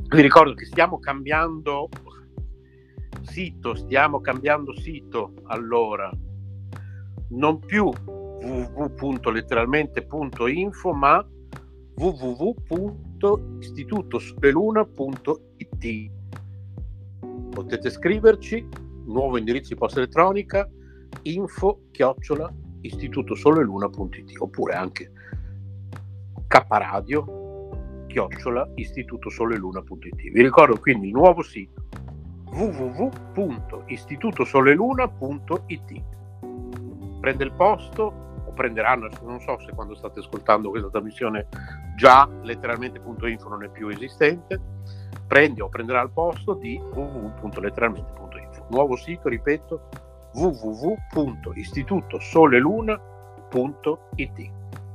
Vi ricordo che stiamo cambiando sito, allora non più www.letteralmente.info, ma www.istitutosoleluna.it. Potete scriverci, nuovo indirizzo di posta elettronica info@istitutosoleluna.it, oppure anche kradio@istitutosoleluna.it. Vi ricordo quindi il nuovo sito www.istitutosoleluna.it. Prende il posto, o prenderanno, non so se quando state ascoltando questa trasmissione già letteralmente.info non è più esistente, prende o prenderà il posto di www.letteralmente.info. Nuovo sito, ripeto, www.istitutosoleluna.it.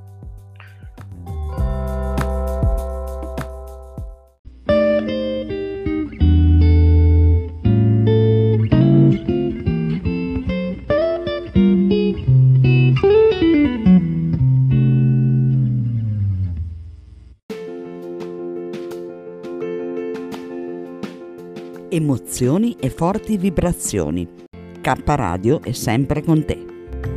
Emozioni e forti vibrazioni. K Radio è sempre con te.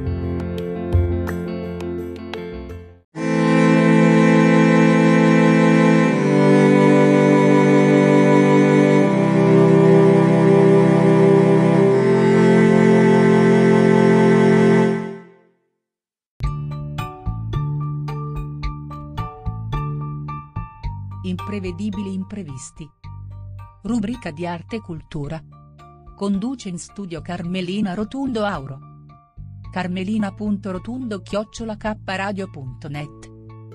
Imprevedibili imprevisti. Rubrica di arte e cultura. Conduce in studio Carmelina Rotundo Auro. carmelina.rotundo@kradio.net.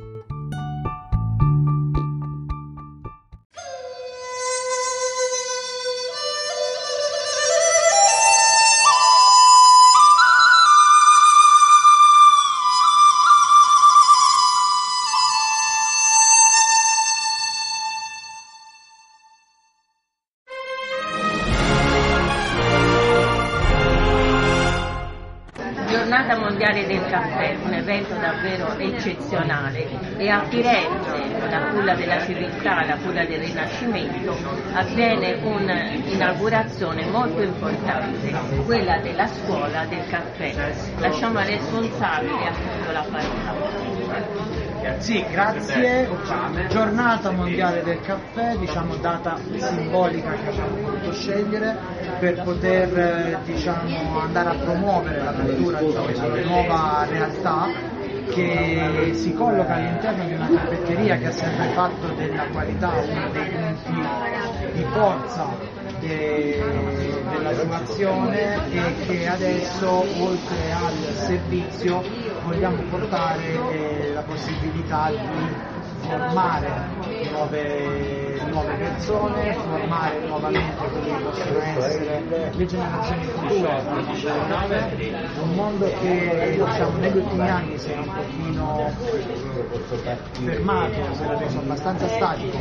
Giornata mondiale del caffè, un evento davvero eccezionale, e a Firenze, la culla della civiltà, la culla del Rinascimento, avviene un'inaugurazione molto importante, quella della scuola del caffè. Lasciamo al responsabile appunto la parola. Sì, grazie. Giornata mondiale del caffè, data simbolica che abbiamo voluto scegliere per poter andare a promuovere la cultura di questa nuova realtà che si colloca all'interno di una caffetteria che ha sempre fatto della qualità uno dei punti di forza della situazione, e che adesso, oltre al servizio, vogliamo portare la possibilità di formare nuove persone, formare nuovamente quelle che possono essere le generazioni future. Un mondo che negli ultimi anni si è un pochino fermato, si era reso abbastanza statico,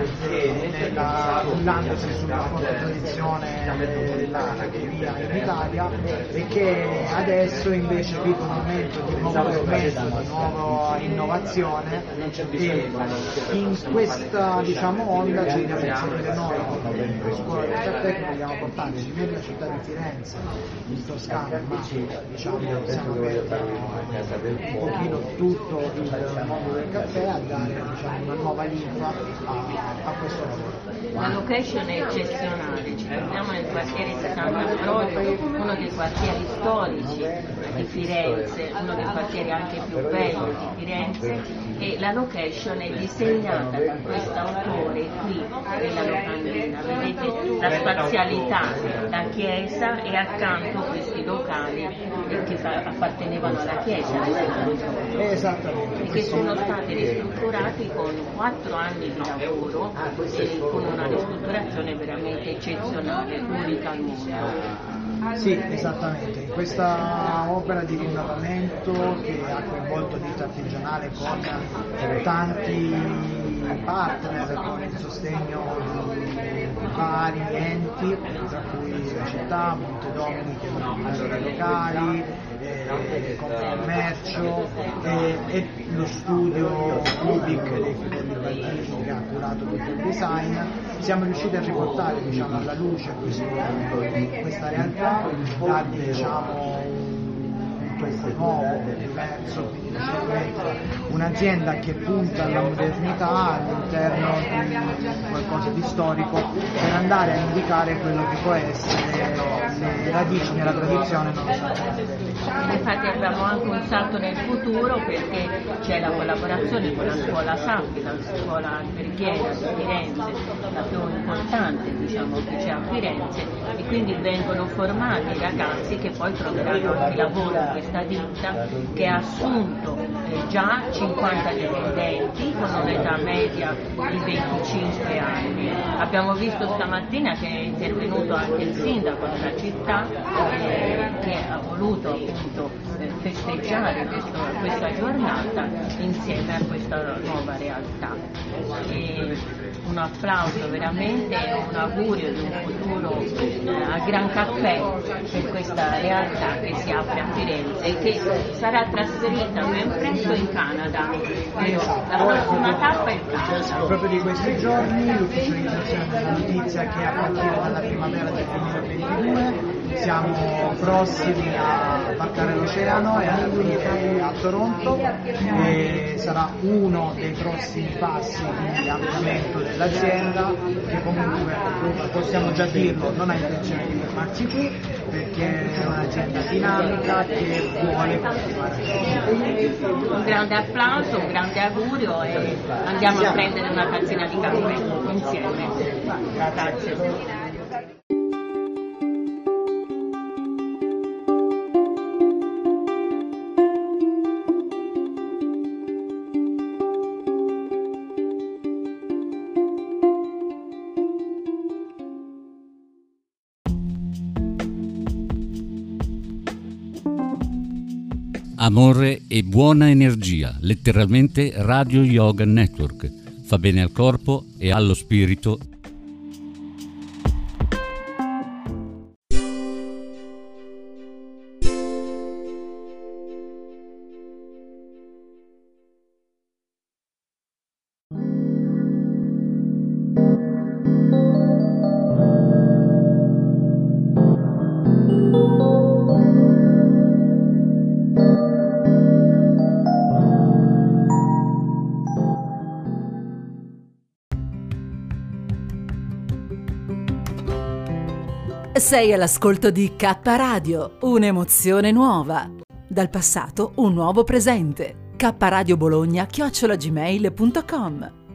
cullandosi sulla forte tradizione della caffetteria in Italia, e che adesso invece vive un momento di nuovo progresso, di nuova innovazione, e in questa onda ci vogliamo inserire noi come scuola del caffè, che vogliamo portarci nella città di Firenze, in Toscana, ma siamo aperti un pochino tutto il mondo del caffè, a dare una nuova linfa a questo lavoro. La location è eccezionale, ci troviamo nel quartiere di Sant'Ambrogio, uno dei quartieri storici di Firenze, uno dei quartieri anche più belli di Firenze, e la location è disegnata da quest'autore qui della locandina. Vedete la spazialità, la chiesa, e accanto questi locali che appartenevano alla chiesa, esattamente, e che sono stati ristrutturati con 4 anni di lavoro e con una ristrutturazione veramente eccezionale, unica al mondo. Sì, esattamente, in questa opera di rinnovamento che ha coinvolto l'Ita Artigianale con tanti partner, con il sostegno di vari enti, tra cui la città, Montedomini, che è locali, commercio e lo studio Rubik dei fratelli Baldini che ha curato tutto il design. Siamo riusciti a riportare, diciamo, alla luce questa realtà, dargli, diciamo, questo nuovo, diverso, quindi un'azienda che punta alla modernità all'interno di qualcosa di storico, per andare a indicare quello che può essere le radici nella tradizione nonostante. Infatti abbiamo anche un salto nel futuro, perché c'è la collaborazione con la scuola Sappi, la scuola alberghiera di Firenze, la più importante, diciamo, che c'è a Firenze, e quindi vengono formati i ragazzi che poi troveranno anche lavoro in questa ditta, che ha assunto già 50 dipendenti con un'età media di 25 anni. Abbiamo visto stamattina che è intervenuto anche il sindaco della città, che ha voluto appunto festeggiare questa giornata insieme a questa nuova realtà. E un applauso veramente e un augurio di un futuro a gran caffè per questa realtà che si apre a Firenze e che sarà trasferita ben presto in Canada. La prossima tappa è il Canada. Proprio di questi giorni l'ufficializzazione della notizia che a partire dalla primavera del 2022 siamo prossimi a varcare l'oceano e a arrivare a Toronto, e sarà uno dei prossimi passi di ampliamento dell'azienda, che comunque possiamo già dirlo non ha intenzione di fermarsi qui, perché è un'azienda dinamica che vuole continuare a crescere. Un grande applauso, un grande augurio e andiamo a prendere una tazzina di caffè insieme. Grazie. Amore e buona energia, letteralmente Radio Yoga Network. Fa bene al corpo e allo spirito. Sei all'ascolto di K Radio, un'emozione nuova. Dal passato un nuovo presente. kradiobologna@gmail.com